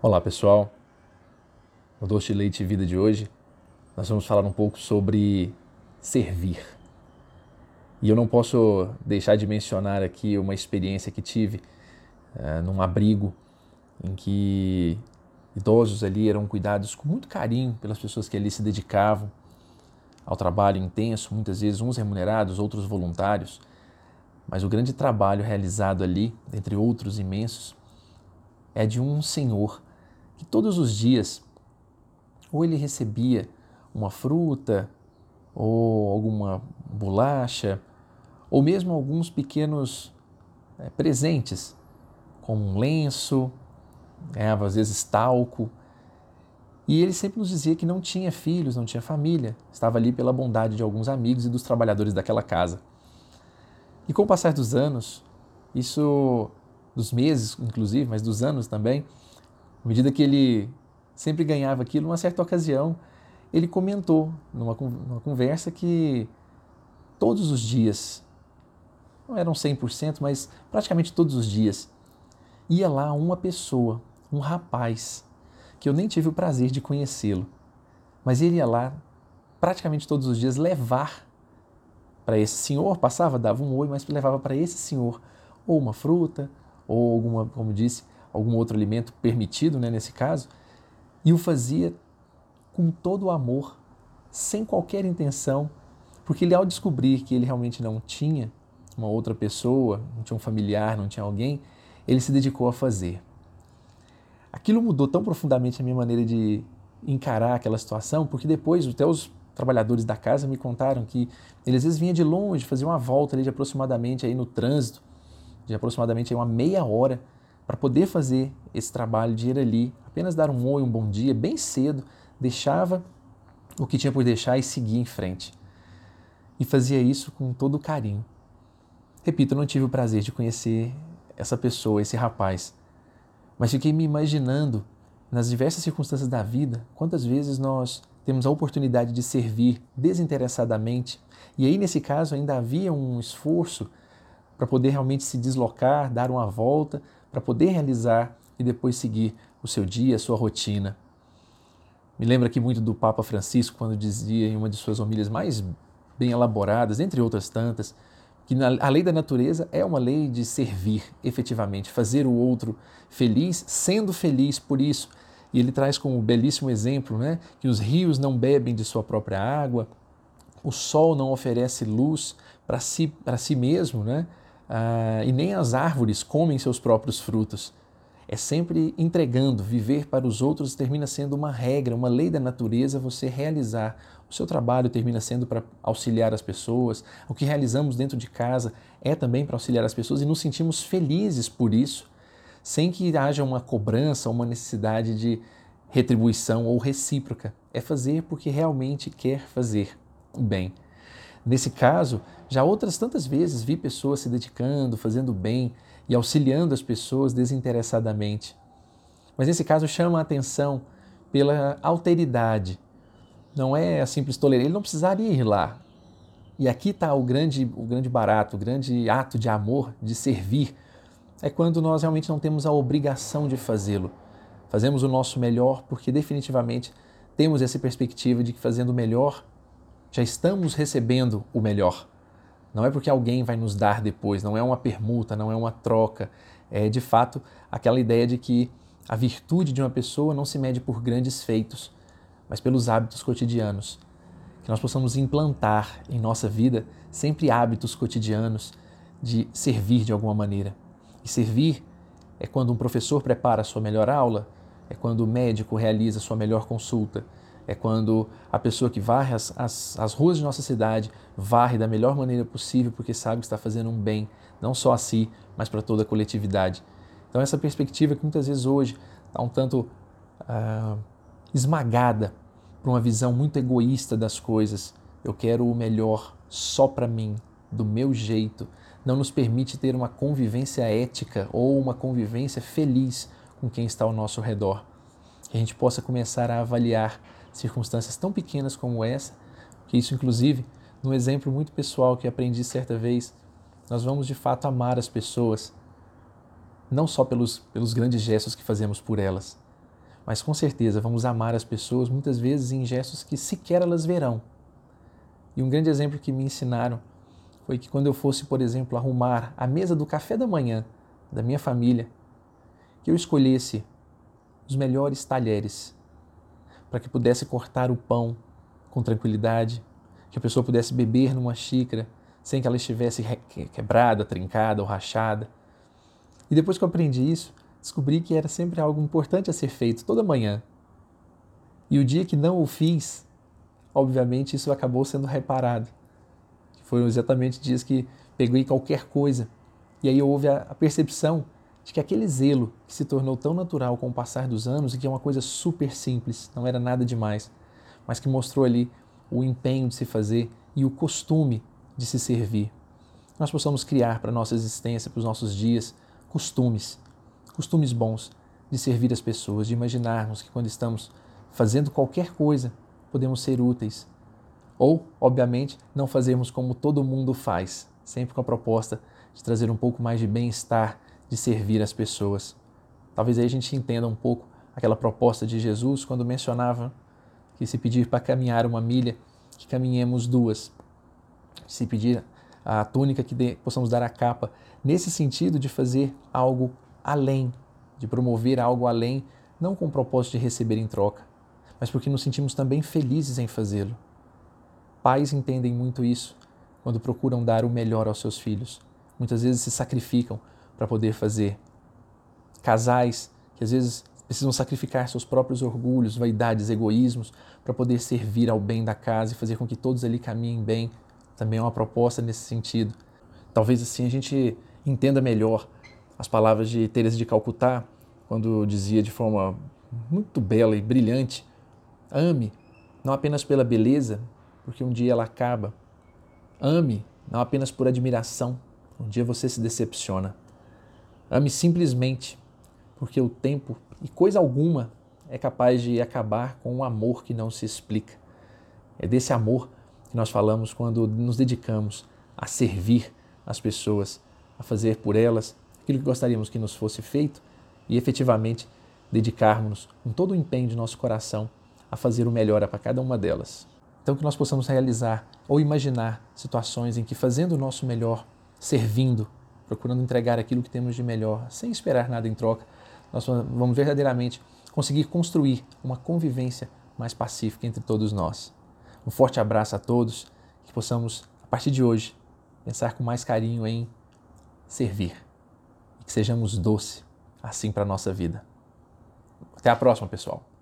Olá pessoal, no Doce de Leite e Vida de hoje nós vamos falar um pouco sobre servir. E eu não posso deixar de mencionar aqui uma experiência que tive num abrigo em que idosos ali eram cuidados com muito carinho pelas pessoas que ali se dedicavam ao trabalho intenso, muitas vezes uns remunerados, outros voluntários, mas o grande trabalho realizado ali, entre outros imensos, é de um senhor que todos os dias ou ele recebia uma fruta, ou alguma bolacha, ou mesmo alguns pequenos presentes, como um lenço, às vezes talco. E ele sempre nos dizia que não tinha filhos, não tinha família, estava ali pela bondade de alguns amigos e dos trabalhadores daquela casa. E com o passar dos anos, isso dos meses inclusive, mas dos anos também, à medida que ele sempre ganhava aquilo, numa certa ocasião, ele comentou numa conversa que todos os dias, não eram 100%, mas praticamente todos os dias, ia lá uma pessoa, um rapaz, que eu nem tive o prazer de conhecê-lo, mas ele ia lá praticamente todos os dias levar para esse senhor, passava, dava um oi, mas levava para esse senhor ou uma fruta, ou alguma, como disse, algum outro alimento permitido, nesse caso, e o fazia com todo o amor, sem qualquer intenção, porque ele, ao descobrir que ele realmente não tinha uma outra pessoa, não tinha um familiar, não tinha alguém, ele se dedicou a fazer. Aquilo mudou tão profundamente a minha maneira de encarar aquela situação, porque depois até os trabalhadores da casa me contaram que ele às vezes vinha de longe, fazia uma volta ali de aproximadamente aí no trânsito, de aproximadamente aí uma meia hora, para poder fazer esse trabalho de ir ali, apenas dar um oi, um bom dia, bem cedo, deixava o que tinha por deixar e seguia em frente. E fazia isso com todo carinho. Repito, eu não tive o prazer de conhecer essa pessoa, esse rapaz, mas fiquei me imaginando, nas diversas circunstâncias da vida, quantas vezes nós temos a oportunidade de servir desinteressadamente, e aí nesse caso ainda havia um esforço para poder realmente se deslocar, dar uma volta, para poder realizar e depois seguir o seu dia, a sua rotina. Me lembro aqui muito do Papa Francisco, quando dizia em uma de suas homilias mais bem elaboradas, entre outras tantas, que a lei da natureza é uma lei de servir, efetivamente, fazer o outro feliz, sendo feliz por isso. E ele traz como belíssimo exemplo, que os rios não bebem de sua própria água, o sol não oferece luz para si mesmo, e nem as árvores comem seus próprios frutos. É sempre entregando, viver para os outros termina sendo uma regra, uma lei da natureza, você realizar. O seu trabalho termina sendo para auxiliar as pessoas, o que realizamos dentro de casa é também para auxiliar as pessoas e nos sentimos felizes por isso, sem que haja uma cobrança, uma necessidade de retribuição ou recíproca. É fazer porque realmente quer fazer o bem. Nesse caso, já outras tantas vezes vi pessoas se dedicando, fazendo bem e auxiliando as pessoas desinteressadamente. Mas nesse caso chama a atenção pela alteridade. Não é a simples tolerância, ele não precisaria ir lá. E aqui está o grande barato, o grande ato de amor, de servir. É quando nós realmente não temos a obrigação de fazê-lo. Fazemos o nosso melhor porque definitivamente temos essa perspectiva de que fazendo o melhor já estamos recebendo o melhor. Não é porque alguém vai nos dar depois, não é uma permuta, não é uma troca. É de fato aquela ideia de que a virtude de uma pessoa não se mede por grandes feitos, mas pelos hábitos cotidianos. Que nós possamos implantar em nossa vida sempre hábitos cotidianos de servir de alguma maneira. E servir é quando um professor prepara a sua melhor aula, é quando o médico realiza a sua melhor consulta, é quando a pessoa que varre as ruas de nossa cidade varre da melhor maneira possível porque sabe que está fazendo um bem, não só a si, mas para toda a coletividade. Então essa perspectiva que muitas vezes hoje está um tanto esmagada por uma visão muito egoísta das coisas. Eu quero o melhor só para mim, do meu jeito, não nos permite ter uma convivência ética ou uma convivência feliz com quem está ao nosso redor. Que a gente possa começar a avaliar circunstâncias tão pequenas como essa, que isso inclusive, num exemplo muito pessoal que aprendi certa vez, nós vamos de fato amar as pessoas, não só pelos grandes gestos que fazemos por elas, mas com certeza vamos amar as pessoas muitas vezes em gestos que sequer elas verão. E um grande exemplo que me ensinaram foi que quando eu fosse, por exemplo, arrumar a mesa do café da manhã da minha família, que eu escolhesse os melhores talheres para que pudesse cortar o pão com tranquilidade, que a pessoa pudesse beber numa xícara sem que ela estivesse quebrada, trincada ou rachada. E depois que eu aprendi isso, descobri que era sempre algo importante a ser feito toda manhã. E o dia que não o fiz, obviamente isso acabou sendo reparado. Foram exatamente dias que peguei qualquer coisa. E aí houve a percepção de que aquele zelo que se tornou tão natural com o passar dos anos e que é uma coisa super simples, não era nada demais, mas que mostrou ali o empenho de se fazer e o costume de se servir. Nós possamos criar para a nossa existência, para os nossos dias, costumes bons de servir as pessoas, de imaginarmos que quando estamos fazendo qualquer coisa, podemos ser úteis. Ou, obviamente, não fazermos como todo mundo faz, sempre com a proposta de trazer um pouco mais de bem-estar, de servir as pessoas. Talvez aí a gente entenda um pouco aquela proposta de Jesus quando mencionava que se pedir para caminhar 1 milha, que caminhemos 2. Se pedir a túnica, que possamos dar a capa. Nesse sentido de fazer algo além, de promover algo além, não com o propósito de receber em troca, mas porque nos sentimos também felizes em fazê-lo. Pais entendem muito isso quando procuram dar o melhor aos seus filhos. Muitas vezes se sacrificam para poder fazer. Casais que às vezes precisam sacrificar seus próprios orgulhos, vaidades, egoísmos para poder servir ao bem da casa e fazer com que todos ali caminhem bem. Também é uma proposta nesse sentido. Talvez assim a gente entenda melhor as palavras de Teresa de Calcutá, quando dizia de forma muito bela e brilhante: ame, não apenas pela beleza, porque um dia ela acaba. Ame, não apenas por admiração, um dia você se decepciona. Ame simplesmente, porque o tempo e coisa alguma é capaz de acabar com um amor que não se explica. É desse amor que nós falamos quando nos dedicamos a servir as pessoas, a fazer por elas aquilo que gostaríamos que nos fosse feito e efetivamente dedicarmos-nos com todo o empenho de nosso coração a fazer o melhor para cada uma delas. Então que nós possamos realizar ou imaginar situações em que, fazendo o nosso melhor, servindo, procurando entregar aquilo que temos de melhor, sem esperar nada em troca, nós vamos verdadeiramente conseguir construir uma convivência mais pacífica entre todos nós. Um forte abraço a todos, que possamos, a partir de hoje, pensar com mais carinho em servir e que sejamos doce assim para a nossa vida. Até a próxima, pessoal!